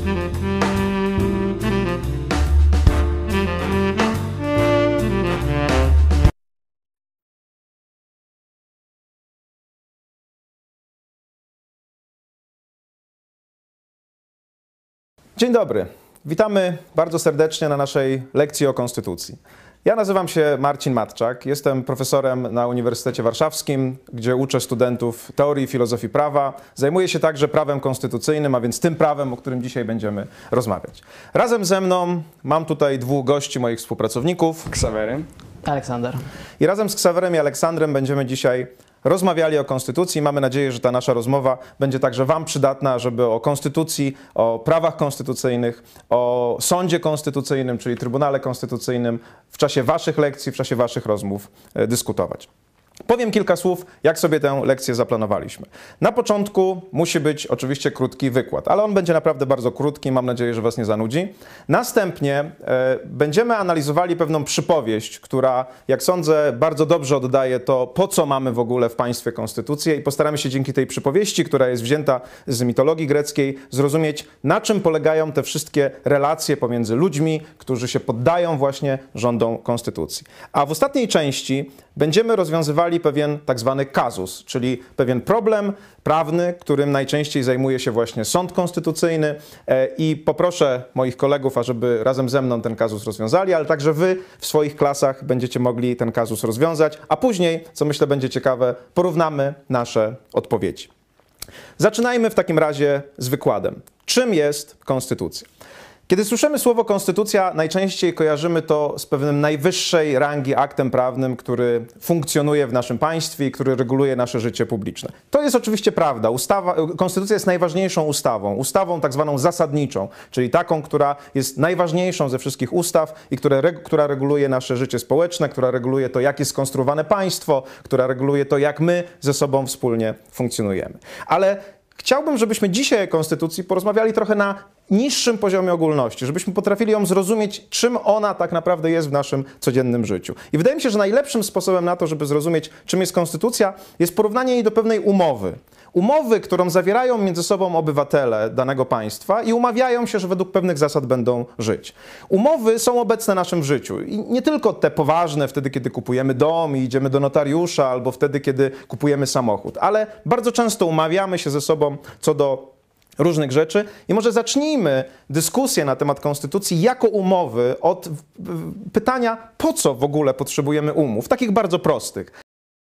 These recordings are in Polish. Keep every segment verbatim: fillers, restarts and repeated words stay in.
Dzień dobry. Witamy bardzo serdecznie na naszej lekcji o Konstytucji. Ja nazywam się Marcin Matczak, jestem profesorem na Uniwersytecie Warszawskim, gdzie uczę studentów teorii i filozofii prawa. Zajmuję się także prawem konstytucyjnym, a więc tym prawem, o którym dzisiaj będziemy rozmawiać. Razem ze mną mam tutaj dwóch gości, moich współpracowników. Ksawery. Aleksander. I razem z Ksawerem i Aleksandrem będziemy dzisiaj rozmawiali o Konstytucji. Mamy nadzieję, że ta nasza rozmowa będzie także Wam przydatna, żeby o Konstytucji, o prawach konstytucyjnych, o sądzie konstytucyjnym, czyli Trybunale Konstytucyjnym w czasie Waszych lekcji, w czasie Waszych rozmów e, dyskutować. Powiem kilka słów, jak sobie tę lekcję zaplanowaliśmy. Na początku musi być oczywiście krótki wykład, ale on będzie naprawdę bardzo krótki, mam nadzieję, że Was nie zanudzi. Następnie e, będziemy analizowali pewną przypowieść, która, jak sądzę, bardzo dobrze oddaje to, po co mamy w ogóle w państwie konstytucję, i postaramy się dzięki tej przypowieści, która jest wzięta z mitologii greckiej, zrozumieć, na czym polegają te wszystkie relacje pomiędzy ludźmi, którzy się poddają właśnie rządom konstytucji. A w ostatniej części będziemy rozwiązywali pewien tak zwany kazus, czyli pewien problem prawny, którym najczęściej zajmuje się właśnie sąd konstytucyjny, i poproszę moich kolegów, ażeby razem ze mną ten kazus rozwiązali, ale także Wy w swoich klasach będziecie mogli ten kazus rozwiązać, a później, co myślę będzie ciekawe, porównamy nasze odpowiedzi. Zaczynajmy w takim razie z wykładem. Czym jest konstytucja? Kiedy słyszymy słowo konstytucja, najczęściej kojarzymy to z pewnym najwyższej rangi aktem prawnym, który funkcjonuje w naszym państwie i który reguluje nasze życie publiczne. To jest oczywiście prawda. Ustawa, konstytucja jest najważniejszą ustawą, ustawą tak zwaną zasadniczą, czyli taką, która jest najważniejszą ze wszystkich ustaw i które, która reguluje nasze życie społeczne, która reguluje to, jak jest skonstruowane państwo, która reguluje to, jak my ze sobą wspólnie funkcjonujemy. Ale chciałbym, żebyśmy dzisiaj o Konstytucji porozmawiali trochę na niższym poziomie ogólności, żebyśmy potrafili ją zrozumieć, czym ona tak naprawdę jest w naszym codziennym życiu. I wydaje mi się, że najlepszym sposobem na to, żeby zrozumieć, czym jest konstytucja, jest porównanie jej do pewnej umowy. Umowy, którą zawierają między sobą obywatele danego państwa i umawiają się, że według pewnych zasad będą żyć. Umowy są obecne w naszym życiu i nie tylko te poważne, wtedy kiedy kupujemy dom i idziemy do notariusza, albo wtedy kiedy kupujemy samochód, ale bardzo często umawiamy się ze sobą co do różnych rzeczy. I może zacznijmy dyskusję na temat konstytucji jako umowy od pytania, po co w ogóle potrzebujemy umów, takich bardzo prostych.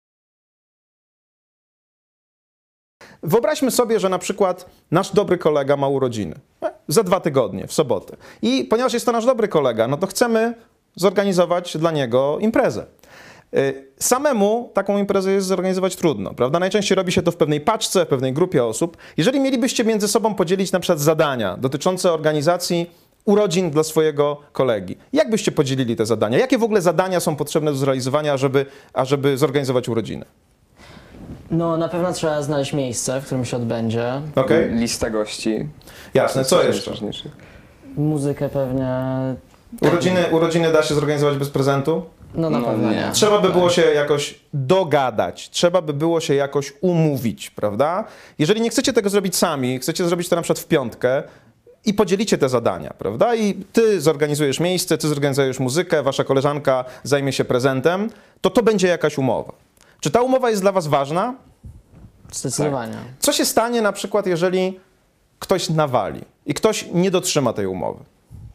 Wyobraźmy sobie, że na przykład nasz dobry kolega ma urodziny za dwa tygodnie, w sobotę. I ponieważ jest to nasz dobry kolega, no to chcemy zorganizować dla niego imprezę. Samemu taką imprezę jest zorganizować trudno, prawda? Najczęściej robi się to w pewnej paczce, w pewnej grupie osób. Jeżeli mielibyście między sobą podzielić na przykład zadania dotyczące organizacji urodzin dla swojego kolegi, jak byście podzielili te zadania? Jakie w ogóle zadania są potrzebne do zrealizowania, ażeby, ażeby zorganizować urodziny? No na pewno trzeba znaleźć miejsce, w którym się odbędzie. Okay. Lista gości. Jasne, co jeszcze? Muzykę pewnie. Urodziny, urodziny da się zorganizować bez prezentu? No na no, pewno nie. nie. Trzeba by było się jakoś dogadać, trzeba by było się jakoś umówić, prawda? Jeżeli nie chcecie tego zrobić sami, chcecie zrobić to na przykład w piątkę i podzielicie te zadania, prawda? I ty zorganizujesz miejsce, ty zorganizujesz muzykę, wasza koleżanka zajmie się prezentem, to to będzie jakaś umowa. Czy ta umowa jest dla was ważna? Zdecydowanie. Tak. Co się stanie na przykład, jeżeli ktoś nawali i ktoś nie dotrzyma tej umowy?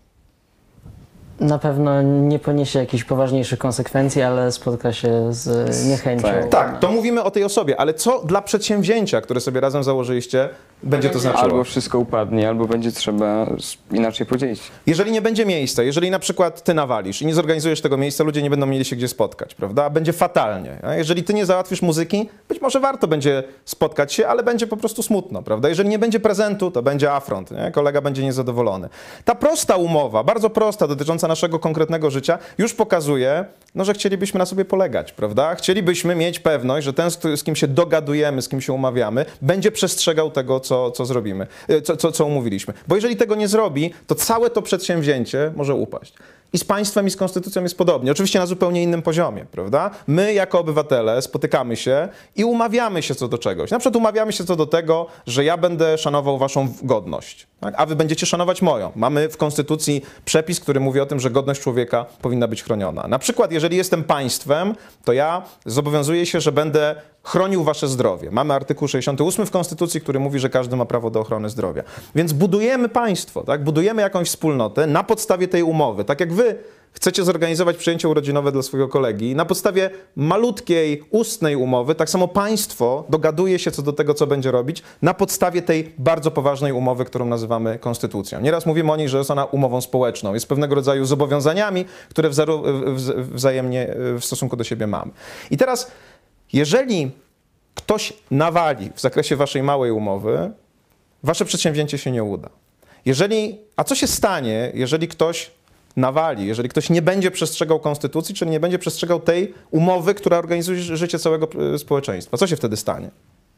Na pewno nie poniesie jakichś poważniejszych konsekwencji, ale spotka się z niechęcią. Tak. Tak, to mówimy o tej osobie, ale co dla przedsięwzięcia, które sobie razem założyliście, będzie to znaczyło? Albo wszystko upadnie, albo będzie trzeba inaczej podzielić. Jeżeli nie będzie miejsca, jeżeli na przykład ty nawalisz i nie zorganizujesz tego miejsca, ludzie nie będą mieli się gdzie spotkać, prawda? Będzie fatalnie. A jeżeli ty nie załatwisz muzyki, być może warto będzie spotkać się, ale będzie po prostu smutno, prawda? Jeżeli nie będzie prezentu, to będzie afront, nie? Kolega będzie niezadowolony. Ta prosta umowa, bardzo prosta, dotycząca naszego konkretnego życia, już pokazuje, no, że chcielibyśmy na sobie polegać, prawda? Chcielibyśmy mieć pewność, że ten, z kim się dogadujemy, z kim się umawiamy, będzie przestrzegał tego, co, co zrobimy, co, co, co umówiliśmy. Bo jeżeli tego nie zrobi, to całe to przedsięwzięcie może upaść. I z państwem i z konstytucją jest podobnie. Oczywiście na zupełnie innym poziomie, prawda? My jako obywatele spotykamy się i umawiamy się co do czegoś. Na przykład umawiamy się co do tego, że ja będę szanował waszą godność, tak? A wy będziecie szanować moją. Mamy w konstytucji przepis, który mówi o tym, że godność człowieka powinna być chroniona. Na przykład jeżeli jestem państwem, to ja zobowiązuję się, że będę chronił wasze zdrowie. Mamy artykuł sześćdziesiąty ósmy w Konstytucji, który mówi, że każdy ma prawo do ochrony zdrowia. Więc budujemy państwo, tak? Budujemy jakąś wspólnotę na podstawie tej umowy. Tak jak wy chcecie zorganizować przyjęcie urodzinowe dla swojego kolegi, na podstawie malutkiej, ustnej umowy, tak samo państwo dogaduje się co do tego, co będzie robić, na podstawie tej bardzo poważnej umowy, którą nazywamy konstytucją. Nieraz mówimy o niej, że jest ona umową społeczną, jest pewnego rodzaju zobowiązaniami, które wza- wz- wzajemnie w stosunku do siebie mamy. I teraz, jeżeli ktoś nawali w zakresie waszej małej umowy, wasze przedsięwzięcie się nie uda. Jeżeli, a co się stanie, jeżeli ktoś nawali, jeżeli ktoś nie będzie przestrzegał konstytucji, czyli nie będzie przestrzegał tej umowy, która organizuje życie całego e, społeczeństwa? Co się wtedy stanie?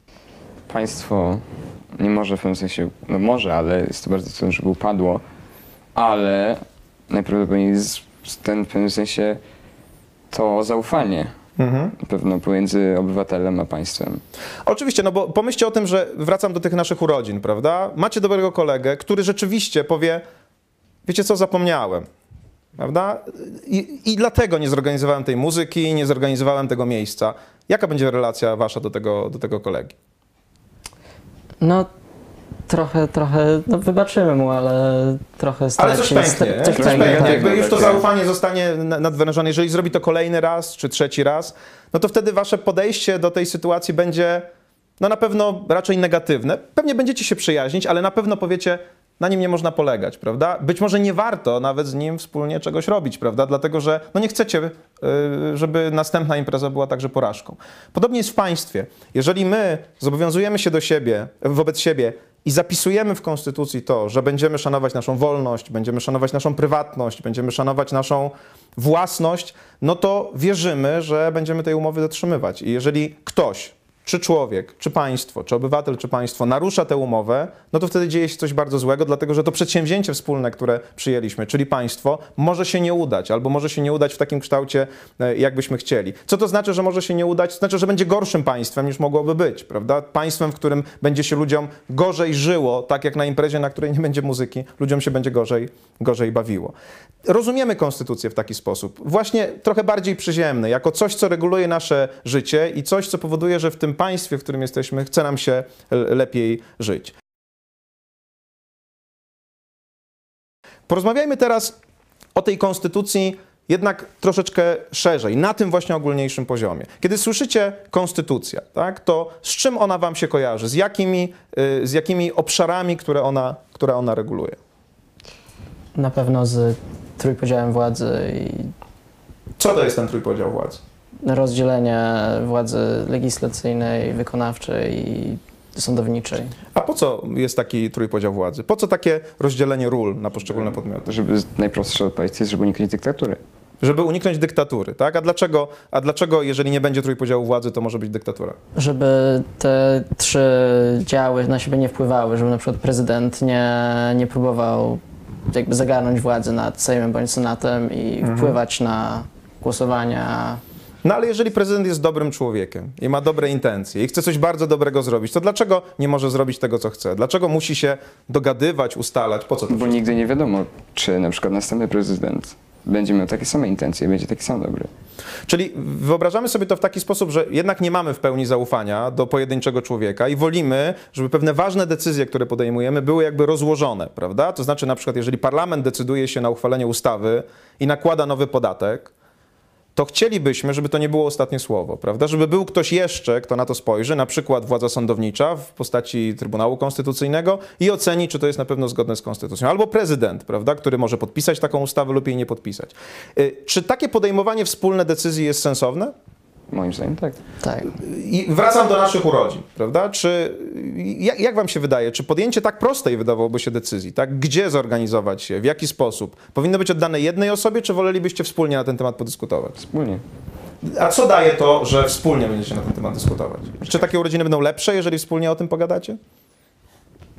Państwo nie może w pewnym sensie, no może, ale jest to bardzo trudno, żeby upadło, ale najprawdopodobniej jest ten w pewnym sensie to zaufanie Mhm. pewno pomiędzy obywatelem a państwem. Oczywiście, no bo pomyślcie o tym, że wracam do tych naszych urodzin, prawda? Macie dobrego kolegę, który rzeczywiście powie, wiecie co, zapomniałem, prawda? I, i dlatego nie zorganizowałem tej muzyki, nie zorganizowałem tego miejsca. Jaka będzie relacja wasza do tego, do tego kolegi? No trochę, trochę, no wybaczymy mu, ale trochę Ale starać coś się... pęknie, sta- nie? Coś Coś pęknie, pęknie. tak. Jakby już to takie- zaufanie zostanie na- nadwyrężone. Jeżeli zrobi to kolejny raz, czy trzeci raz, no to wtedy wasze podejście do tej sytuacji będzie no na pewno raczej negatywne. Pewnie będziecie się przyjaźnić, ale na pewno powiecie, na nim nie można polegać, prawda? Być może nie warto nawet z nim wspólnie czegoś robić, prawda? Dlatego, że no nie chcecie, y, żeby następna impreza była także porażką. Podobnie jest w państwie. Jeżeli my zobowiązujemy się do siebie, wobec siebie i zapisujemy w Konstytucji to, że będziemy szanować naszą wolność, będziemy szanować naszą prywatność, będziemy szanować naszą własność, no to wierzymy, że będziemy tej umowy dotrzymywać. I jeżeli ktoś, czy człowiek, czy państwo, czy obywatel, czy państwo narusza tę umowę, no to wtedy dzieje się coś bardzo złego, dlatego że to przedsięwzięcie wspólne, które przyjęliśmy, czyli państwo, może się nie udać, albo może się nie udać w takim kształcie, e, jak byśmy chcieli. Co to znaczy, że może się nie udać? To znaczy, że będzie gorszym państwem niż mogłoby być, prawda? Państwem, w którym będzie się ludziom gorzej żyło, tak jak na imprezie, na której nie będzie muzyki, ludziom się będzie gorzej, gorzej bawiło. Rozumiemy konstytucję w taki sposób, właśnie trochę bardziej przyziemny, jako coś, co reguluje nasze życie i coś, co powoduje, że w tym państwie, w którym jesteśmy, chce nam się l- lepiej żyć. Porozmawiajmy teraz o tej konstytucji jednak troszeczkę szerzej, na tym właśnie ogólniejszym poziomie. Kiedy słyszycie konstytucja, tak, to z czym ona wam się kojarzy? Z jakimi, y, z jakimi obszarami, które ona, które ona reguluje? Na pewno z trójpodziałem władzy i Co to jest ten trójpodział władzy? rozdzielenie władzy legislacyjnej, wykonawczej i sądowniczej. A po co jest taki trójpodział władzy? Po co takie rozdzielenie ról na poszczególne podmioty? Żeby najprostsza odpowiedź jest, żeby uniknąć dyktatury. Żeby uniknąć dyktatury, tak? A dlaczego, a dlaczego, jeżeli nie będzie trójpodziału władzy, to może być dyktatura? Żeby te trzy działy na siebie nie wpływały, żeby na przykład prezydent nie, nie próbował jakby zagarnąć władzy nad Sejmem bądź Senatem i Mhm. wpływać na głosowania. No ale jeżeli prezydent jest dobrym człowiekiem i ma dobre intencje i chce coś bardzo dobrego zrobić, to dlaczego nie może zrobić tego, co chce? Dlaczego musi się dogadywać, ustalać? Po co to Bo wszystko? nigdy nie wiadomo, czy na przykład następny prezydent będzie miał takie same intencje i będzie taki sam dobry. Czyli wyobrażamy sobie to w taki sposób, że jednak nie mamy w pełni zaufania do pojedynczego człowieka i wolimy, żeby pewne ważne decyzje, które podejmujemy, były jakby rozłożone, prawda? To znaczy na przykład, jeżeli parlament decyduje się na uchwalenie ustawy i nakłada nowy podatek, to chcielibyśmy, żeby to nie było ostatnie słowo, prawda? Żeby był ktoś jeszcze, kto na to spojrzy, na przykład władza sądownicza w postaci Trybunału Konstytucyjnego i oceni, czy to jest na pewno zgodne z konstytucją. Albo prezydent, prawda, który może podpisać taką ustawę lub jej nie podpisać. Y, Czy takie podejmowanie wspólne decyzji jest sensowne? Moim zdaniem tak. Tak. I wracam do naszych urodzin, prawda? Czy, jak, jak wam się wydaje, czy podjęcie tak prostej wydawałoby się decyzji, tak? Gdzie zorganizować się, w jaki sposób? Powinno być oddane jednej osobie, czy wolelibyście wspólnie na ten temat podyskutować? Wspólnie. A co daje to, że wspólnie będziecie na ten temat dyskutować? Czy takie urodziny będą lepsze, jeżeli wspólnie o tym pogadacie?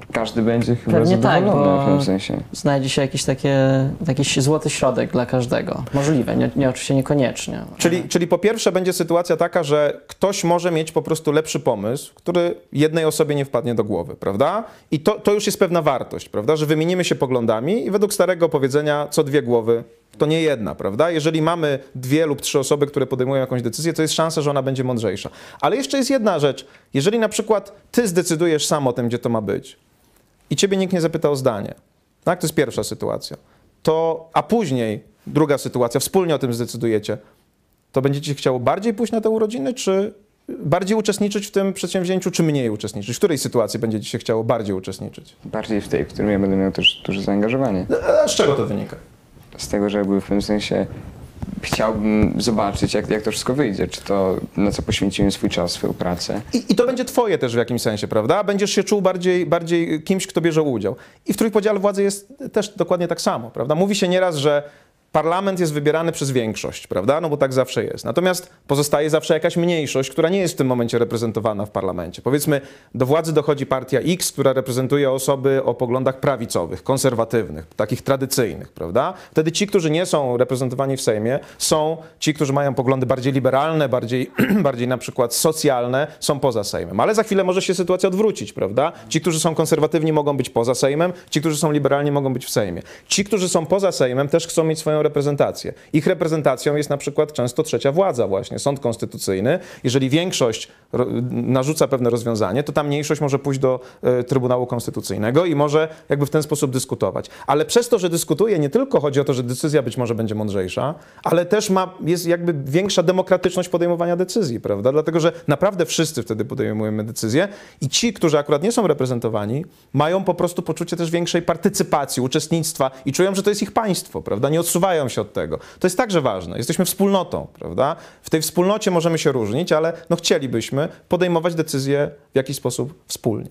każdy będzie chyba Pewnie tak, zadowolony bo- w tym sensie. Znajdzie się jakiś, takie, jakiś złoty środek dla każdego. Możliwe, nie, nie oczywiście niekoniecznie. Czyli, czyli po pierwsze będzie sytuacja taka, że ktoś może mieć po prostu lepszy pomysł, który jednej osobie nie wpadnie do głowy, prawda? I to, to już jest pewna wartość, prawda? Że wymienimy się poglądami i według starego powiedzenia co dwie głowy to nie jedna, prawda? Jeżeli mamy dwie lub trzy osoby, które podejmują jakąś decyzję, to jest szansa, że ona będzie mądrzejsza. Ale jeszcze jest jedna rzecz. Jeżeli na przykład ty zdecydujesz sam o tym, gdzie to ma być i ciebie nikt nie zapyta o zdanie, tak? To jest pierwsza sytuacja. To, a później druga sytuacja, wspólnie o tym zdecydujecie, to będziecie chciało bardziej pójść na te urodziny, czy bardziej uczestniczyć w tym przedsięwzięciu, czy mniej uczestniczyć? W której sytuacji będziecie się chciało bardziej uczestniczyć? Bardziej w tej, w którym ja będę miał też duże zaangażowanie. A z czego to wynika? Z tego, że jakby w pewnym sensie chciałbym zobaczyć, jak, jak to wszystko wyjdzie, czy to, na co poświęciłem swój czas, swoją pracę. I, I to będzie twoje też w jakimś sensie, prawda? Będziesz się czuł bardziej, bardziej kimś, kto bierze udział. I w trójpodziale władzy jest też dokładnie tak samo, prawda? Mówi się nieraz, że parlament jest wybierany przez większość, prawda? No bo tak zawsze jest. Natomiast pozostaje zawsze jakaś mniejszość, która nie jest w tym momencie reprezentowana w parlamencie. Powiedzmy, do władzy dochodzi partia X, która reprezentuje osoby o poglądach prawicowych, konserwatywnych, takich tradycyjnych, prawda? Wtedy ci, którzy nie są reprezentowani w Sejmie, są ci, którzy mają poglądy bardziej liberalne, bardziej, bardziej na przykład socjalne, są poza Sejmem. Ale za chwilę może się sytuacja odwrócić, prawda? Ci, którzy są konserwatywni, mogą być poza Sejmem, ci, którzy są liberalni, mogą być w Sejmie. Ci, którzy są poza Sejmem, też chcą mieć swoją reprezentację. Ich reprezentacją jest na przykład często trzecia władza właśnie, sąd konstytucyjny. Jeżeli większość ro- narzuca pewne rozwiązanie, to ta mniejszość może pójść do e, Trybunału Konstytucyjnego i może jakby w ten sposób dyskutować. Ale przez to, że dyskutuje, nie tylko chodzi o to, że decyzja być może będzie mądrzejsza, ale też ma, jest jakby większa demokratyczność podejmowania decyzji, prawda? Dlatego, że naprawdę wszyscy wtedy podejmujemy decyzje i ci, którzy akurat nie są reprezentowani, mają po prostu poczucie też większej partycypacji, uczestnictwa i czują, że to jest ich państwo, prawda? Nie odsuwają się od tego. To jest także ważne. Jesteśmy wspólnotą, prawda? W tej wspólnocie możemy się różnić, ale no chcielibyśmy podejmować decyzje w jakiś sposób wspólnie.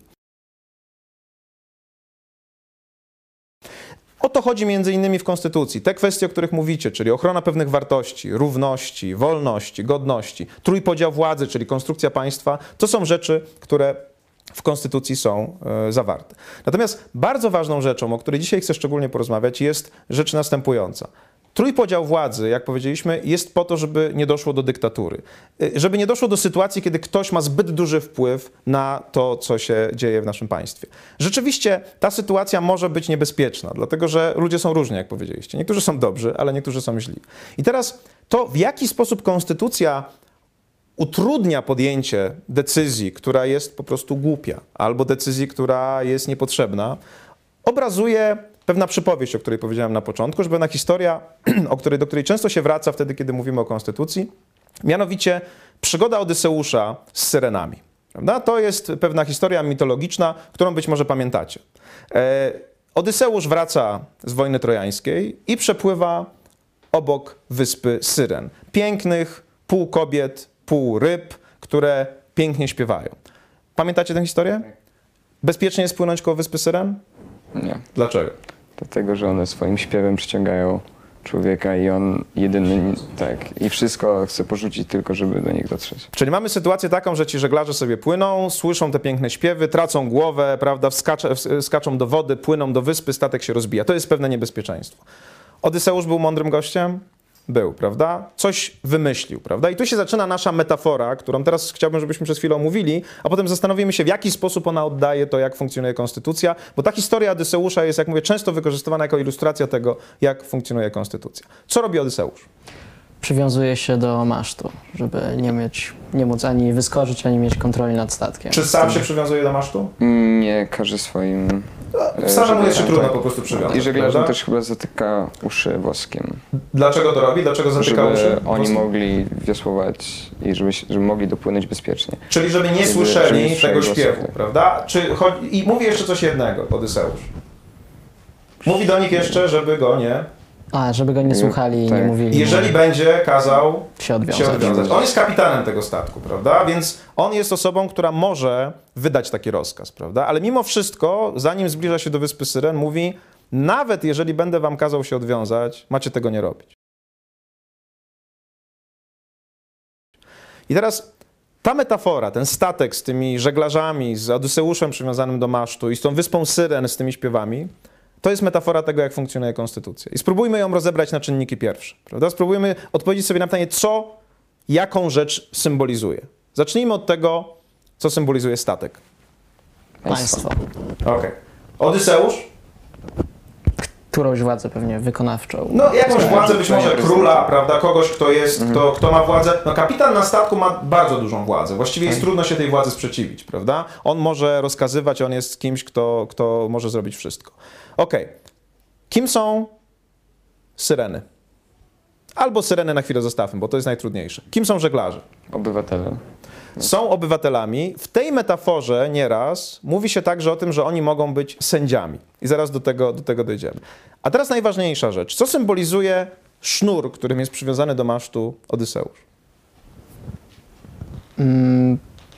O to chodzi między innymi w Konstytucji. Te kwestie, o których mówicie, czyli ochrona pewnych wartości, równości, wolności, godności, trójpodział władzy, czyli konstrukcja państwa, to są rzeczy, które w Konstytucji są e, zawarte. Natomiast bardzo ważną rzeczą, o której dzisiaj chcę szczególnie porozmawiać, jest rzecz następująca. Trójpodział władzy, jak powiedzieliśmy, jest po to, żeby nie doszło do dyktatury. E, Żeby nie doszło do sytuacji, kiedy ktoś ma zbyt duży wpływ na to, co się dzieje w naszym państwie. Rzeczywiście ta sytuacja może być niebezpieczna, dlatego że ludzie są różni, jak powiedzieliście. Niektórzy są dobrzy, ale niektórzy są źli. I teraz to, w jaki sposób konstytucja utrudnia podjęcie decyzji, która jest po prostu głupia, albo decyzji, która jest niepotrzebna, obrazuje pewna przypowieść, o której powiedziałem na początku, że pewna historia, o której, do której często się wraca wtedy, kiedy mówimy o konstytucji, mianowicie przygoda Odyseusza z syrenami. Prawda? To jest pewna historia mitologiczna, którą być może pamiętacie. E, Odyseusz wraca z wojny trojańskiej i przepływa obok wyspy Syren. Pięknych, pół kobiet, pół ryb, które pięknie śpiewają. Pamiętacie tę historię? Bezpiecznie jest płynąć koło wyspy Syren? Nie. Dlaczego? Dlatego, że one swoim śpiewem przyciągają człowieka i on jedyny, tak, i wszystko chce porzucić tylko, żeby do nich dotrzeć. Czyli mamy sytuację taką, że ci żeglarze sobie płyną, słyszą te piękne śpiewy, tracą głowę, prawda, wskacze, skaczą do wody, płyną do wyspy, statek się rozbija. To jest pewne niebezpieczeństwo. Odyseusz był mądrym gościem? Był, prawda? Coś wymyślił, prawda? I tu się zaczyna nasza metafora, którą teraz chciałbym, żebyśmy przez chwilę omówili, a potem zastanowimy się, w jaki sposób ona oddaje to, jak funkcjonuje konstytucja, bo ta historia Odyseusza jest, jak mówię, często wykorzystywana jako ilustracja tego, jak funkcjonuje konstytucja. Co robi Odyseusz? Przywiązuje się do masztu, żeby nie mieć, nie móc ani wyskoczyć, ani mieć kontroli nad statkiem. Czy sam się przywiązuje do masztu? Nie każe swoim... e, Samemu jest się żeglarzom, trudno tak. po prostu przywiązać. I żeglarzom prawda? też chyba zatyka uszy woskiem, Dlaczego to robi? Dlaczego zatyka uszy? żeby oni Woskiem? mogli wiosłować i żeby, się- żeby mogli dopłynąć bezpiecznie. Czyli żeby nie Żeby- słyszeli żeby nie tego słyszeli śpiewu, głosów. prawda? Czy chodzi... I mówi jeszcze coś jednego, Odyseusz. Mówi do nich jeszcze, żeby go nie... A, żeby go nie słuchali i Tak. nie mówili. Jeżeli będzie kazał się odwiązać. się odwiązać. On jest kapitanem tego statku, prawda? Więc on jest osobą, która może wydać taki rozkaz, prawda? Ale mimo wszystko, zanim zbliża się do wyspy Syren, mówi, nawet jeżeli będę wam kazał się odwiązać, macie tego nie robić. I teraz Ta metafora, ten statek z tymi żeglarzami, z Odyseuszem przywiązanym do masztu i z tą wyspą Syren, z tymi śpiewami, to jest metafora tego, jak funkcjonuje konstytucja. I spróbujmy ją rozebrać na czynniki pierwsze, prawda? Spróbujmy odpowiedzieć sobie na pytanie, co, jaką rzecz symbolizuje. Zacznijmy od tego, co symbolizuje statek. Państwo. Okej. Okay. Odyseusz? Którąś władzę pewnie wykonawczą. No jakąś władzę, być może prezydenta. króla, prawda, kogoś, kto jest, kto, kto ma władzę. No kapitan na statku ma bardzo dużą władzę. Właściwie jest trudno się tej władzy sprzeciwić, prawda? On może rozkazywać, on jest kimś, kto, kto może zrobić wszystko. Okej. Okay. Kim są syreny? Albo syreny na chwilę zostawmy, bo to jest najtrudniejsze. Kim są żeglarze? Obywatele. Są obywatelami. W tej metaforze nieraz mówi się także o tym, że oni mogą być sędziami. I zaraz do tego, do tego dojdziemy. A teraz najważniejsza rzecz. Co symbolizuje sznur, którym jest przywiązany do masztu Odyseusz? Mm,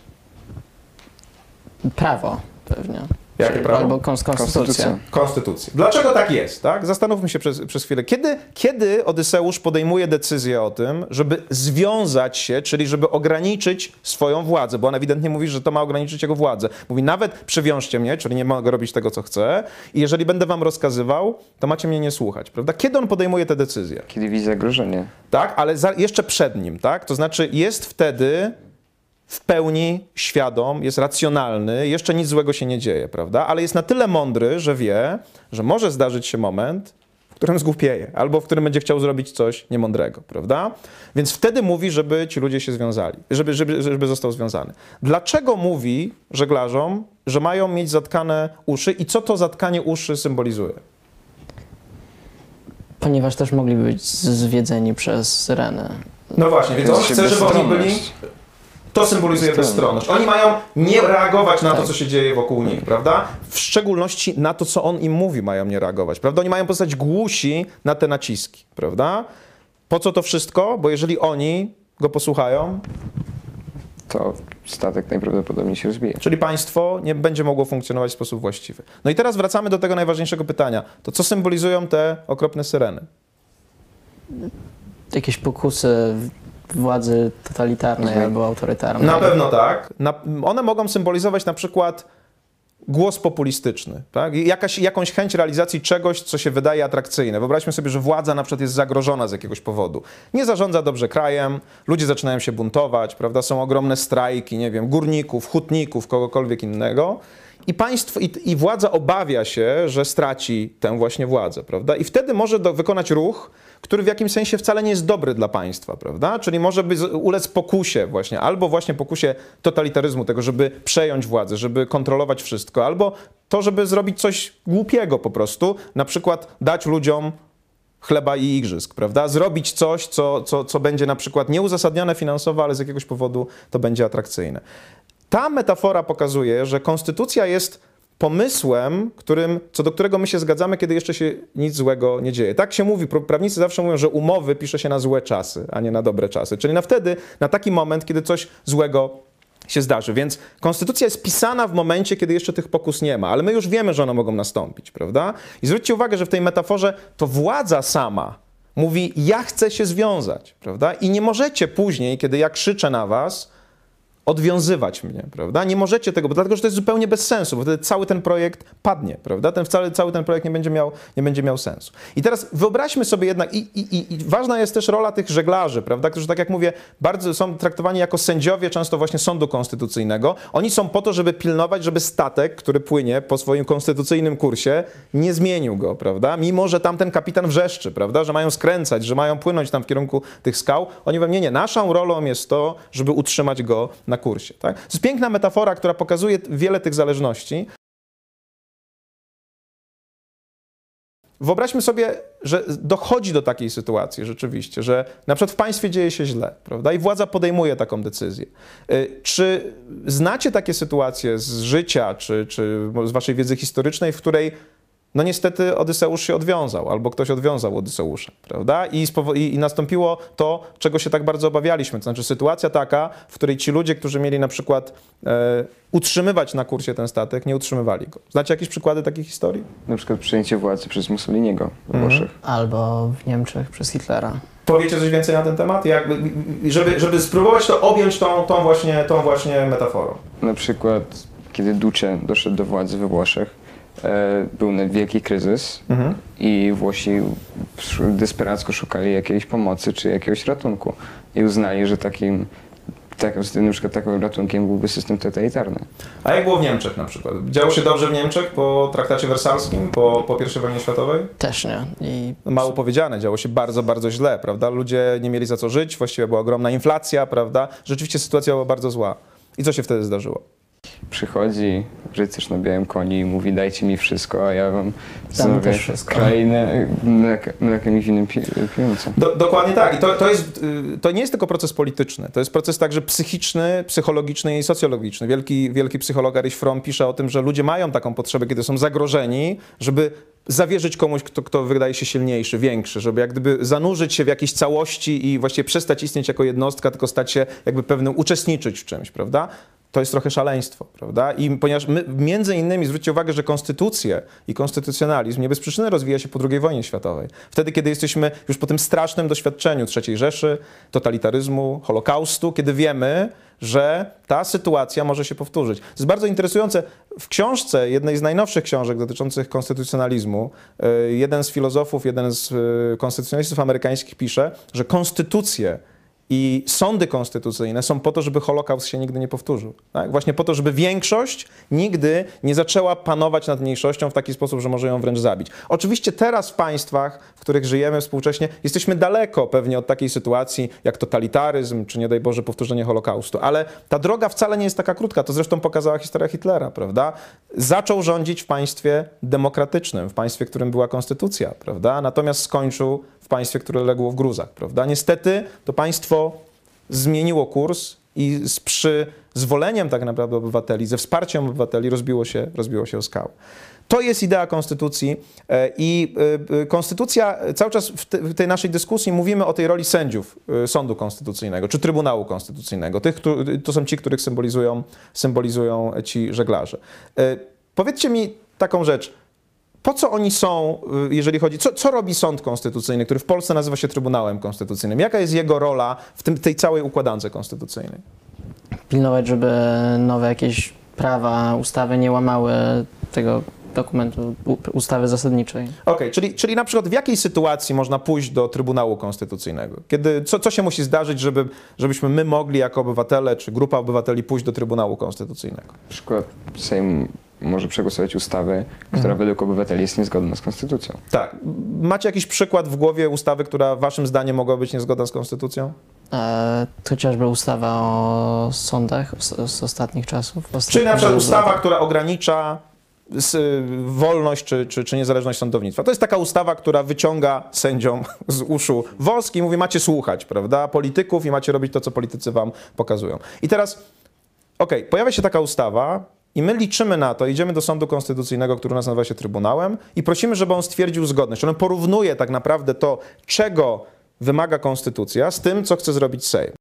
prawo pewnie. Jakie prawo? Albo kons- konstytucja. Konstytucja. Konstytucję. Dlaczego tak jest? Tak? Zastanówmy się przez, przez chwilę. Kiedy, kiedy Odyseusz podejmuje decyzję o tym, żeby związać się, czyli żeby ograniczyć swoją władzę, bo on ewidentnie mówi, że to ma ograniczyć jego władzę. Mówi, nawet przywiążcie mnie, czyli nie mogę robić tego, co chcę i jeżeli będę wam rozkazywał, to macie mnie nie słuchać. Prawda? Kiedy on podejmuje tę decyzję? Kiedy widzi zagrożenie. Tak? Ale za, jeszcze przed nim. Tak? To znaczy jest wtedy w pełni świadom, jest racjonalny, jeszcze nic złego się nie dzieje, prawda? Ale jest na tyle mądry, że wie, że może zdarzyć się moment, w którym zgłupieje, albo w którym będzie chciał zrobić coś niemądrego, prawda? Więc wtedy mówi, żeby ci ludzie się związali, żeby, żeby, żeby został związany. Dlaczego mówi żeglarzom, że mają mieć zatkane uszy i co to zatkanie uszy symbolizuje? Ponieważ też mogliby być z- zwiedzeni przez syreny. No właśnie, więc on chce, żeby oni byli... To symbolizuje bezstronność. Oni mają nie reagować na to, co się dzieje wokół nich, prawda? W szczególności na to, co on im mówi, mają nie reagować, prawda? Oni mają pozostać głusi na te naciski, prawda? Po co to wszystko? Bo jeżeli oni go posłuchają, To statek najprawdopodobniej się rozbije. czyli państwo nie będzie mogło funkcjonować w sposób właściwy. No i teraz wracamy do tego najważniejszego pytania. To co symbolizują te okropne syreny? Jakieś pokusy władzy totalitarnej Mhm. albo autorytarnej. Na pewno tak. Na, one mogą symbolizować na przykład głos populistyczny, tak? I Jakaś, jakąś chęć realizacji czegoś, co się wydaje atrakcyjne. Wyobraźmy sobie, że władza na przykład jest zagrożona z jakiegoś powodu. Nie zarządza dobrze krajem, ludzie zaczynają się buntować, prawda? Są ogromne strajki, nie wiem, górników, hutników, kogokolwiek innego. I państwo, i, i władza obawia się, że straci tę właśnie władzę, prawda? I wtedy może do, wykonać ruch, który w jakimś sensie wcale nie jest dobry dla państwa, prawda? Czyli może by z- ulec pokusie właśnie, albo właśnie pokusie totalitaryzmu, tego, żeby przejąć władzę, żeby kontrolować wszystko, albo to, żeby zrobić coś głupiego po prostu, na przykład dać ludziom chleba i igrzysk, prawda? Zrobić coś, co, co, co będzie na przykład nieuzasadnione finansowo, ale z jakiegoś powodu to będzie atrakcyjne. Ta metafora pokazuje, że konstytucja jest pomysłem, którym, co do którego my się zgadzamy, kiedy jeszcze się nic złego nie dzieje. Tak się mówi, pra- prawnicy zawsze mówią, że umowy pisze się na złe czasy, a nie na dobre czasy. Czyli na wtedy, na taki moment, kiedy coś złego się zdarzy. Więc konstytucja jest pisana w momencie, kiedy jeszcze tych pokus nie ma, ale my już wiemy, że one mogą nastąpić, prawda? I zwróćcie uwagę, że w tej metaforze to władza sama mówi, ja chcę się związać, prawda? I nie możecie później, kiedy ja krzyczę na was, odwiązywać mnie, prawda? Nie możecie tego, bo dlatego, że to jest zupełnie bez sensu, bo wtedy cały ten projekt padnie, prawda? Ten, cały, cały ten projekt nie będzie miał, nie będzie miał sensu. I teraz wyobraźmy sobie jednak, i, i, i- i ważna jest też rola tych żeglarzy, prawda? Którzy, tak jak mówię, bardzo są traktowani jako sędziowie często właśnie sądu konstytucyjnego. Oni są po to, żeby pilnować, żeby statek, który płynie po swoim konstytucyjnym kursie, nie zmienił go, prawda? Mimo, że tam ten kapitan wrzeszczy, prawda? Że mają skręcać, że mają płynąć tam w kierunku tych skał. Oni mówią, nie, nie, naszą rolą jest to, żeby utrzymać go na kursie. Tak? To jest piękna metafora, która pokazuje wiele tych zależności. Wyobraźmy sobie, że dochodzi do takiej sytuacji rzeczywiście, że na przykład w państwie dzieje się źle, prawda? I władza podejmuje taką decyzję. Y, Czy znacie takie sytuacje z życia, czy, czy z waszej wiedzy historycznej, w której no niestety Odyseusz się odwiązał, albo ktoś odwiązał Odyseusza, prawda? I, spowo- i, i nastąpiło to, czego się tak bardzo obawialiśmy, to znaczy sytuacja taka, w której ci ludzie, którzy mieli na przykład e, utrzymywać na kursie ten statek, nie utrzymywali go. Znacie jakieś przykłady takich historii? Na przykład przejęcie władzy przez Mussoliniego we Mhm. Włoszech. Albo w Niemczech przez Hitlera. Powiecie coś więcej na ten temat? Jak, żeby, żeby spróbować to objąć tą, tą, właśnie, tą właśnie metaforą. Na przykład, kiedy Duce doszedł do władzy we Włoszech, e, był na wielki kryzys Mhm. i Włosi sz- desperacko szukali jakiejś pomocy czy jakiegoś ratunku i uznali, że takim, takim, na przykład takim ratunkiem byłby system totalitarny. A jak było w Niemczech na przykład? Działo się dobrze w Niemczech po traktacie wersalskim, po, po pierwszej wojnie światowej? Też nie. I Mało powiedziane, działo się bardzo, bardzo źle, prawda? Ludzie nie mieli za co żyć, właściwie była ogromna inflacja, prawda? Rzeczywiście sytuacja była bardzo zła. I co się wtedy zdarzyło? Przychodzi rycerz na białym koniu i mówi: dajcie mi wszystko, a ja wam Damy też wszystko. krainę mleka, mlekiem i winem pi- pijącą. Do, dokładnie tak. I to, to, jest, y, to nie jest tylko proces polityczny, to jest proces także psychiczny, psychologiczny i socjologiczny. Wielki, wielki psycholog Erich Fromm pisze o tym, że ludzie mają taką potrzebę, kiedy są zagrożeni, żeby zawierzyć komuś, kto, kto wydaje się silniejszy, większy, żeby jak gdyby zanurzyć się w jakiejś całości i właściwie przestać istnieć jako jednostka, tylko stać się jakby pewnym, uczestniczyć w czymś, prawda? To jest trochę szaleństwo, prawda? I ponieważ my, między innymi, zwróćcie uwagę, że konstytucje i konstytucjonalizm nie bez przyczyny rozwija się po drugiej wojnie światowej. Wtedy, kiedy jesteśmy już po tym strasznym doświadczeniu trzeciej Rzeszy, totalitaryzmu, Holokaustu, kiedy wiemy, że ta sytuacja może się powtórzyć. To jest bardzo interesujące. W książce, jednej z najnowszych książek dotyczących konstytucjonalizmu, y, jeden z filozofów, jeden z y, konstytucjonalistów amerykańskich pisze, że konstytucje i sądy konstytucyjne są po to, żeby Holokaust się nigdy nie powtórzył. Tak? Właśnie po to, żeby większość nigdy nie zaczęła panować nad mniejszością w taki sposób, że może ją wręcz zabić. Oczywiście teraz w państwach, w których żyjemy współcześnie, jesteśmy daleko pewnie od takiej sytuacji jak totalitaryzm, czy nie daj Boże powtórzenie Holokaustu, ale ta droga wcale nie jest taka krótka. To zresztą pokazała historia Hitlera, prawda? Zaczął rządzić w państwie demokratycznym, w państwie, w którym była konstytucja, prawda? Natomiast skończył w państwie, które legło w gruzach, prawda? Niestety to państwo zmieniło kurs i z przyzwoleniem tak naprawdę obywateli, ze wsparciem obywateli rozbiło się, rozbiło się o skałę. To jest idea konstytucji e, i e, konstytucja, cały czas w, te, w tej naszej dyskusji mówimy o tej roli sędziów e, Sądu Konstytucyjnego czy Trybunału Konstytucyjnego. Tych, którzy, to są ci, których symbolizują, symbolizują ci żeglarze. E, powiedzcie mi taką rzecz. Po co oni są, jeżeli chodzi, co, co robi Sąd Konstytucyjny, który w Polsce nazywa się Trybunałem Konstytucyjnym? Jaka jest jego rola w tym, tej całej układance konstytucyjnej? pilnować, żeby nowe jakieś prawa, ustawy nie łamały tego dokumentu, u- ustawy zasadniczej. Okej, czyli, czyli na przykład w jakiej sytuacji można pójść do Trybunału Konstytucyjnego? Kiedy, co, co się musi zdarzyć, żeby, żebyśmy my mogli jako obywatele, czy grupa obywateli pójść do Trybunału Konstytucyjnego? Na przykład Sejm może przegłosować ustawę, która według obywateli jest niezgodna z konstytucją. Tak. Macie jakiś przykład w głowie ustawy, która waszym zdaniem mogła być niezgodna z konstytucją? E, chociażby ustawa o sądach z, z ostatnich czasów. Czyli na przykład Ostatnich- ustawa, która ogranicza s- wolność czy, czy, czy niezależność sądownictwa. To jest taka ustawa, która wyciąga sędziom z uszu wosk i mówi, macie słuchać, prawda, polityków i macie robić to, co politycy wam pokazują. I teraz, okej, pojawia się taka ustawa i my liczymy na to, idziemy do Sądu Konstytucyjnego, który u nas nazywa się Trybunałem i prosimy, żeby on stwierdził zgodność. On porównuje tak naprawdę to, czego wymaga konstytucja z tym, co chce zrobić Sejm.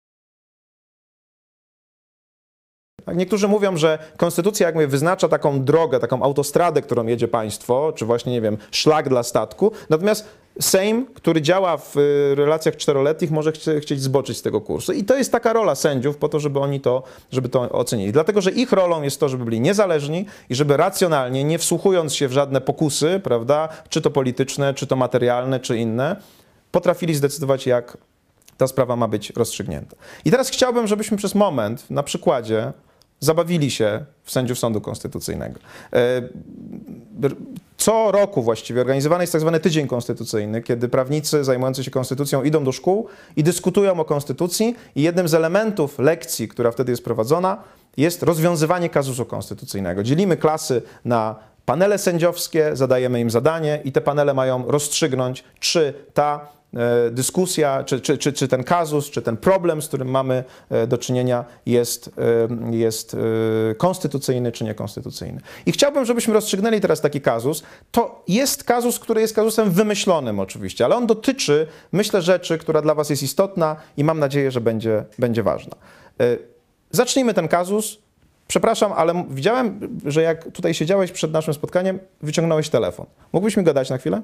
Tak, niektórzy mówią, że konstytucja jakby wyznacza taką drogę, taką autostradę, którą jedzie państwo, czy właśnie, nie wiem, szlak dla statku, natomiast Sejm, który działa w y, relacjach czteroletnich, może chcie, chcieć zboczyć z tego kursu. I to jest taka rola sędziów po to, żeby oni to, żeby to ocenili. Dlatego, że ich rolą jest to, żeby byli niezależni i żeby racjonalnie, nie wsłuchując się w żadne pokusy, prawda, czy to polityczne, czy to materialne, czy inne, potrafili zdecydować, jak ta sprawa ma być rozstrzygnięta. I teraz chciałbym, żebyśmy przez moment na przykładzie zabawili się w sędziów Sądu Konstytucyjnego. E, Co roku właściwie organizowany jest tak zwany Tydzień Konstytucyjny, kiedy prawnicy zajmujący się konstytucją idą do szkół i dyskutują o konstytucji i jednym z elementów lekcji, która wtedy jest prowadzona, jest rozwiązywanie kazusu konstytucyjnego. Dzielimy klasy na panele sędziowskie, zadajemy im zadanie i te panele mają rozstrzygnąć, czy ta e, dyskusja, czy, czy, czy, czy ten kazus, czy ten problem, z którym mamy e, do czynienia, jest, e, jest e, konstytucyjny, czy niekonstytucyjny. I chciałbym, żebyśmy rozstrzygnęli teraz taki kazus. To jest kazus, który jest kazusem wymyślonym oczywiście, ale on dotyczy, myślę, rzeczy, która dla was jest istotna i mam nadzieję, że będzie, będzie ważna. E, zacznijmy ten kazus. Przepraszam, ale widziałem, że jak tutaj siedziałeś przed naszym spotkaniem, wyciągnąłeś telefon. Mógłbyś mi go dać na chwilę?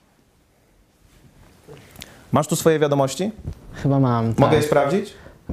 Masz tu swoje wiadomości? Chyba mam, tak. Mogę je sprawdzić?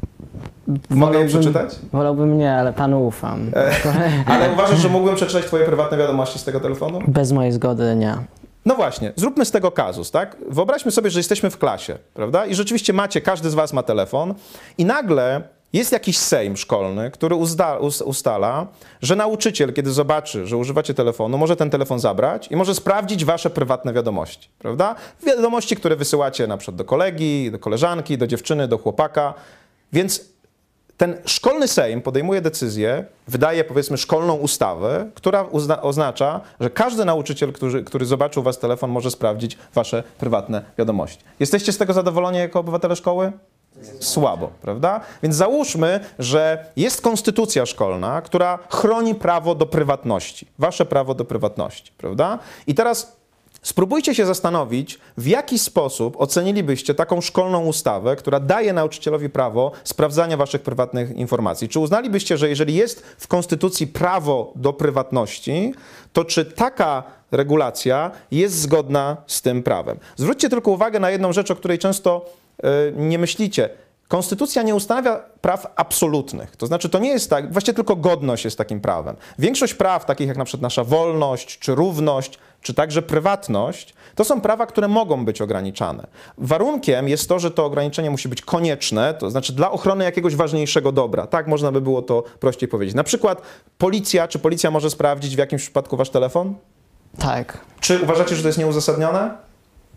Mogę je przeczytać? Wolałbym nie, ale panu ufam. Ale uważasz, że mógłbym przeczytać twoje prywatne wiadomości z tego telefonu? Bez mojej zgody nie. No właśnie, zróbmy z tego kazus, tak? Wyobraźmy sobie, że jesteśmy w klasie, prawda? I rzeczywiście macie, każdy z was ma telefon i nagle jest jakiś sejm szkolny, który uzda, us, ustala, że nauczyciel, kiedy zobaczy, że używacie telefonu, może ten telefon zabrać i może sprawdzić wasze prywatne wiadomości, prawda? Wiadomości, które wysyłacie na przykład do kolegi, do koleżanki, do dziewczyny, do chłopaka. Więc ten szkolny sejm podejmuje decyzję, wydaje powiedzmy szkolną ustawę, która uzna, oznacza, że każdy nauczyciel, który, który zobaczył was telefon, może sprawdzić wasze prywatne wiadomości. Jesteście z tego zadowoleni jako obywatele szkoły? Słabo, prawda? Więc załóżmy, że jest konstytucja szkolna, która chroni prawo do prywatności, wasze prawo do prywatności, prawda? I teraz spróbujcie się zastanowić, w jaki sposób ocenilibyście taką szkolną ustawę, która daje nauczycielowi prawo sprawdzania waszych prywatnych informacji. Czy uznalibyście, że jeżeli jest w konstytucji prawo do prywatności, to czy taka regulacja jest zgodna z tym prawem? Zwróćcie tylko uwagę na jedną rzecz, o której często nie myślicie. Konstytucja nie ustanawia praw absolutnych. To znaczy, to nie jest tak, właściwie tylko godność jest takim prawem. Większość praw, takich jak na przykład nasza wolność, czy równość, czy także prywatność, to są prawa, które mogą być ograniczane. Warunkiem jest to, że to ograniczenie musi być konieczne, to znaczy dla ochrony jakiegoś ważniejszego dobra. Tak można by było to prościej powiedzieć. Na przykład policja, czy policja może sprawdzić w jakimś przypadku wasz telefon? Tak. Czy uważacie, że to jest nieuzasadnione?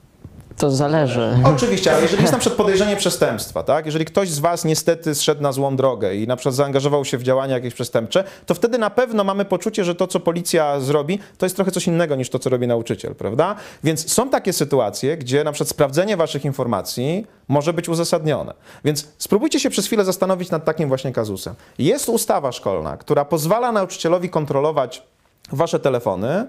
To zależy. Oczywiście, ale jeżeli jest na przykład podejrzenie przestępstwa, tak? Jeżeli ktoś z was niestety zszedł na złą drogę i na przykład zaangażował się w działania jakieś przestępcze, to wtedy na pewno mamy poczucie, że to, co policja zrobi, to jest trochę coś innego niż to, co robi nauczyciel, prawda? Więc są takie sytuacje, gdzie na przykład sprawdzenie waszych informacji może być uzasadnione. Więc spróbujcie się przez chwilę zastanowić nad takim właśnie kazusem. Jest ustawa szkolna, która pozwala nauczycielowi kontrolować wasze telefony,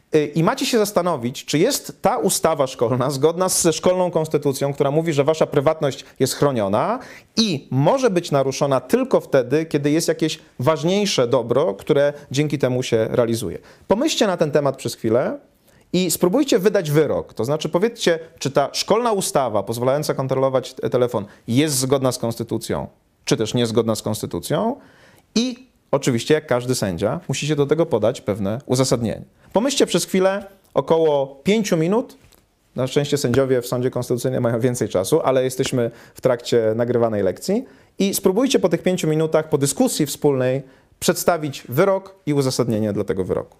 i macie się zastanowić, czy jest ta ustawa szkolna zgodna ze szkolną konstytucją, która mówi, że wasza prywatność jest chroniona i może być naruszona tylko wtedy, kiedy jest jakieś ważniejsze dobro, które dzięki temu się realizuje. Pomyślcie na ten temat przez chwilę i spróbujcie wydać wyrok. To znaczy powiedzcie, czy ta szkolna ustawa pozwalająca kontrolować telefon jest zgodna z konstytucją, czy też niezgodna z konstytucją i oczywiście, jak każdy sędzia, musicie do tego podać pewne uzasadnienie. Pomyślcie przez chwilę, około pięciu minut. Na szczęście sędziowie w sądzie konstytucyjnym mają więcej czasu, ale jesteśmy w trakcie nagrywanej lekcji. I spróbujcie po tych pięciu minutach, po dyskusji wspólnej, przedstawić wyrok i uzasadnienie dla tego wyroku.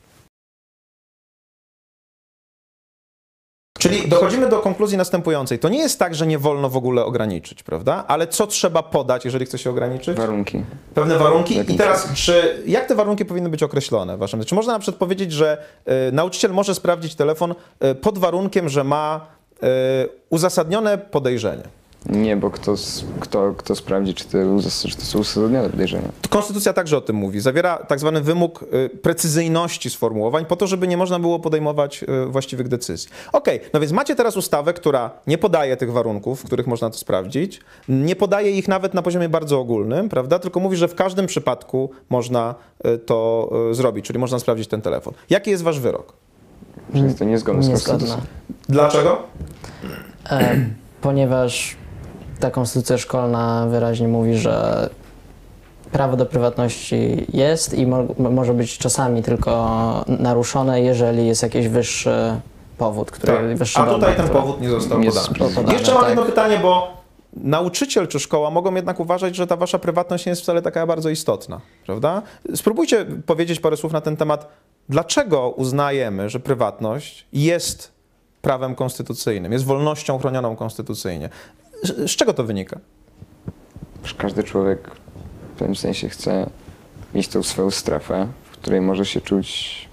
Czyli dochodzimy do konkluzji następującej. To nie jest tak, że nie wolno w ogóle ograniczyć, prawda? Ale co trzeba podać, jeżeli chce się ograniczyć? Warunki. Pewne warunki. I teraz, czy, jak te warunki powinny być określone? w waszym? Czy można na przykład powiedzieć, że y, nauczyciel może sprawdzić telefon y, pod warunkiem, że ma y, uzasadnione podejrzenie? Nie, bo kto, s- kto, kto sprawdzi, czy to, uzas- czy to są uzasadnione podejrzenia. Konstytucja także o tym mówi. Zawiera tak zwany wymóg y, precyzyjności sformułowań po to, żeby nie można było podejmować y, właściwych decyzji. Okej, no więc macie teraz ustawę, która nie podaje tych warunków, w których można to sprawdzić, nie podaje ich nawet na poziomie bardzo ogólnym, prawda? Tylko mówi, że w każdym przypadku można y, to y, zrobić, czyli można sprawdzić ten telefon. Jaki jest wasz wyrok? Że jest to niezgodne z Niezgodna. konstytucją. Dlaczego? E, ponieważ ta konstytucja szkolna wyraźnie mówi, że prawo do prywatności jest i mo może być czasami tylko naruszone, jeżeli jest jakiś wyższy powód, który Tak. wyższy A tutaj dobro, ten który- powód nie został Nie podany. jest podany, Jeszcze mam tak. jedno pytanie, bo nauczyciel czy szkoła mogą jednak uważać, że ta wasza prywatność nie jest wcale taka bardzo istotna, prawda? Spróbujcie powiedzieć parę słów na ten temat. Dlaczego uznajemy, że prywatność jest prawem konstytucyjnym, jest wolnością chronioną konstytucyjnie? Z, z czego to wynika? Że każdy człowiek w pewnym sensie chce mieć tą swoją strefę, w której może się czuć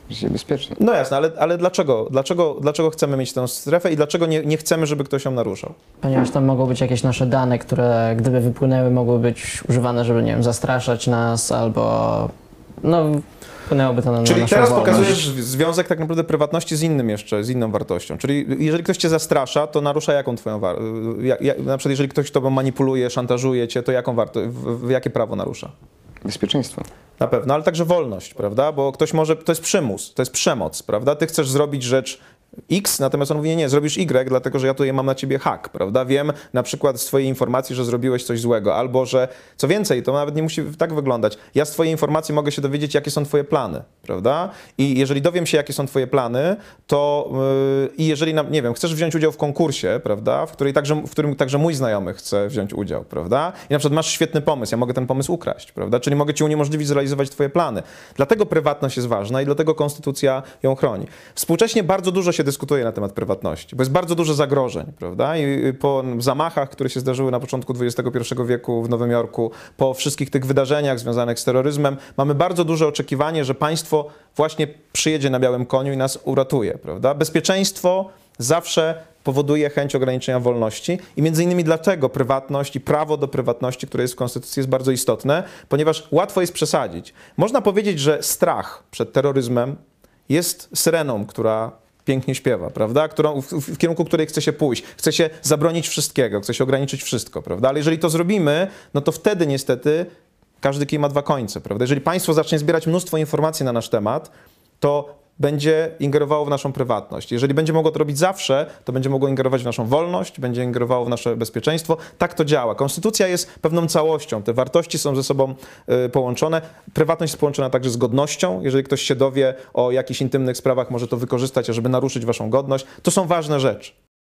życie bezpieczne. No jasne, ale, ale dlaczego? dlaczego? Dlaczego chcemy mieć tę strefę i dlaczego nie, nie chcemy, żeby ktoś ją naruszał? Ponieważ tam mogą być jakieś nasze dane, które gdyby wypłynęły, mogły być używane, żeby, nie wiem, zastraszać nas albo, no, wpłynęłoby to na, na Czyli naszą teraz wolność. pokazujesz związek tak naprawdę prywatności z innym jeszcze, z inną wartością. Czyli jeżeli ktoś cię zastrasza, to narusza jaką twoją wartość? Na przykład jeżeli ktoś tobą manipuluje, szantażuje cię, to jaką wartość, w, w jakie prawo narusza? Bezpieczeństwo. Na pewno, ale także wolność, prawda? Bo ktoś może, to jest przymus, to jest przemoc, prawda? Ty chcesz zrobić rzecz X, natomiast on mówi, nie, nie, zrobisz Y, dlatego że ja tutaj mam na ciebie hak, prawda? Wiem na przykład z twojej informacji, że zrobiłeś coś złego, albo że, co więcej, to nawet nie musi tak wyglądać. Ja z twojej informacji mogę się dowiedzieć, jakie są twoje plany, prawda? I jeżeli dowiem się, jakie są twoje plany, to yy, i jeżeli, na, nie wiem, chcesz wziąć udział w konkursie, prawda? W, której także, w którym także mój znajomy chce wziąć udział, prawda? I na przykład masz świetny pomysł, ja mogę ten pomysł ukraść, prawda? Czyli mogę ci uniemożliwić zrealizować twoje plany. Dlatego prywatność jest ważna i dlatego konstytucja ją chroni. Współcześnie bardzo dużo się dyskutuje na temat prywatności, bo jest bardzo dużo zagrożeń, prawda? I po zamachach, które się zdarzyły na początku dwudziestego pierwszego wieku w Nowym Jorku, po wszystkich tych wydarzeniach związanych z terroryzmem, mamy bardzo duże oczekiwanie, że państwo właśnie przyjedzie na białym koniu i nas uratuje, prawda? Bezpieczeństwo zawsze powoduje chęć ograniczenia wolności i między innymi dlatego prywatność i prawo do prywatności, które jest w Konstytucji, jest bardzo istotne, ponieważ łatwo jest przesadzić. Można powiedzieć, że strach przed terroryzmem jest syreną, która pięknie śpiewa, prawda? Którą, w, w kierunku której chce się pójść. Chce się zabronić wszystkiego, chce się ograniczyć wszystko, prawda? Ale jeżeli to zrobimy, no to wtedy niestety każdy kij ma dwa końce, prawda? Jeżeli państwo zacznie zbierać mnóstwo informacji na nasz temat, to będzie ingerowało w naszą prywatność. Jeżeli będzie mogło to robić zawsze, to będzie mogło ingerować w naszą wolność, będzie ingerowało w nasze bezpieczeństwo. Tak to działa. Konstytucja jest pewną całością. Te wartości są ze sobą y, połączone. Prywatność jest połączona także z godnością. Jeżeli ktoś się dowie o jakichś intymnych sprawach, może to wykorzystać, żeby naruszyć waszą godność. To są ważne rzeczy.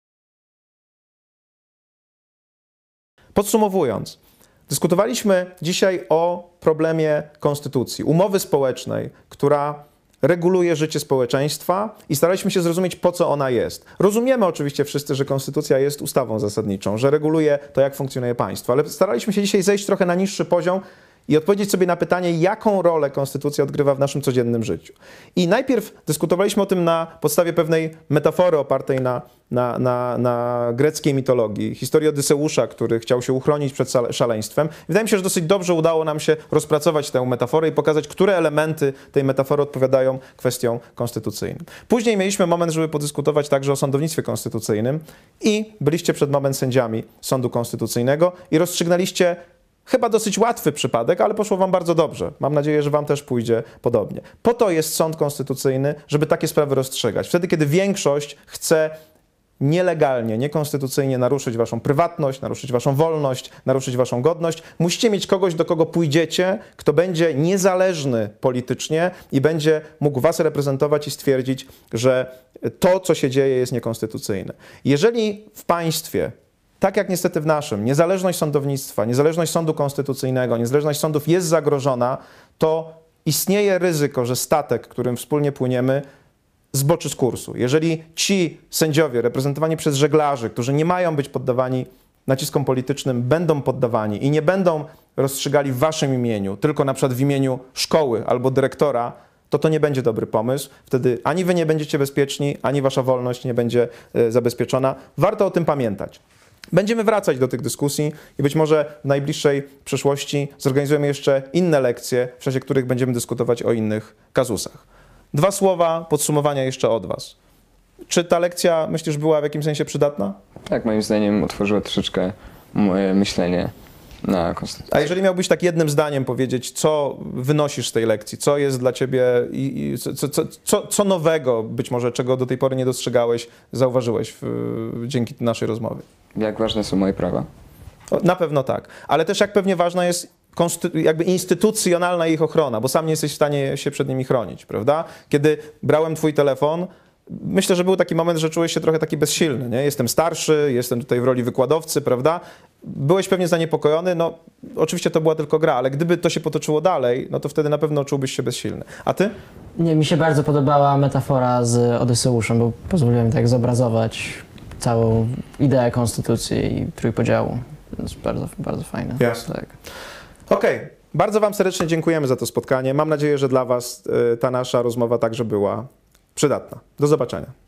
Podsumowując, dyskutowaliśmy dzisiaj o problemie konstytucji, umowy społecznej, która reguluje życie społeczeństwa i staraliśmy się zrozumieć, po co ona jest. Rozumiemy oczywiście wszyscy, że konstytucja jest ustawą zasadniczą, że reguluje to, jak funkcjonuje państwo, ale staraliśmy się dzisiaj zejść trochę na niższy poziom i odpowiedzieć sobie na pytanie, jaką rolę konstytucja odgrywa w naszym codziennym życiu. I najpierw dyskutowaliśmy o tym na podstawie pewnej metafory opartej na, na, na, na greckiej mitologii, historii Odyseusza, który chciał się uchronić przed szaleństwem. Wydaje mi się, że dosyć dobrze udało nam się rozpracować tę metaforę i pokazać, które elementy tej metafory odpowiadają kwestiom konstytucyjnym. Później mieliśmy moment, żeby podyskutować także o sądownictwie konstytucyjnym i byliście przed moment sędziami Sądu Konstytucyjnego i rozstrzygnęliście chyba dosyć łatwy przypadek, ale poszło wam bardzo dobrze. Mam nadzieję, że wam też pójdzie podobnie. Po to jest sąd konstytucyjny, żeby takie sprawy rozstrzygać. Wtedy, kiedy większość chce nielegalnie, niekonstytucyjnie naruszyć waszą prywatność, naruszyć waszą wolność, naruszyć waszą godność, musicie mieć kogoś, do kogo pójdziecie, kto będzie niezależny politycznie i będzie mógł was reprezentować i stwierdzić, że to, co się dzieje, jest niekonstytucyjne. Jeżeli w państwie, tak jak niestety w naszym, niezależność sądownictwa, niezależność sądu konstytucyjnego, niezależność sądów jest zagrożona, to istnieje ryzyko, że statek, którym wspólnie płyniemy, zboczy z kursu. Jeżeli ci sędziowie reprezentowani przez żeglarzy, którzy nie mają być poddawani naciskom politycznym, będą poddawani i nie będą rozstrzygali w waszym imieniu, tylko na przykład w imieniu szkoły albo dyrektora, to to nie będzie dobry pomysł. Wtedy ani wy nie będziecie bezpieczni, ani wasza wolność nie będzie y, zabezpieczona. Warto o tym pamiętać. Będziemy wracać do tych dyskusji i być może w najbliższej przyszłości zorganizujemy jeszcze inne lekcje, w czasie których będziemy dyskutować o innych kazusach. Dwa słowa podsumowania jeszcze od was. Czy ta lekcja, myślisz, była w jakimś sensie przydatna? Tak, moim zdaniem otworzyła troszeczkę moje myślenie na konstytucję. A jeżeli miałbyś tak jednym zdaniem powiedzieć, co wynosisz z tej lekcji, co jest dla ciebie, i, i co, co, co, co nowego, być może czego do tej pory nie dostrzegałeś, zauważyłeś w, dzięki naszej rozmowie? Jak ważne są moje prawa? O, na pewno tak, ale też jak pewnie ważna jest jakby instytucjonalna ich ochrona, bo sam nie jesteś w stanie się przed nimi chronić, prawda? Kiedy brałem twój telefon, myślę, że był taki moment, że czułeś się trochę taki bezsilny, nie? Jestem starszy, jestem tutaj w roli wykładowcy, prawda? Byłeś pewnie zaniepokojony, no oczywiście to była tylko gra, ale gdyby to się potoczyło dalej, no to wtedy na pewno czułbyś się bezsilny. A ty? Nie, mi się bardzo podobała metafora z Odyseuszem, bo pozwoliłem tak zobrazować całą ideę konstytucji i trójpodziału. Więc bardzo, bardzo fajne. Jasne. Tak. Okej, Bardzo Wam serdecznie dziękujemy za to spotkanie. Mam nadzieję, że dla Was y, ta nasza rozmowa także była przydatna. Do zobaczenia.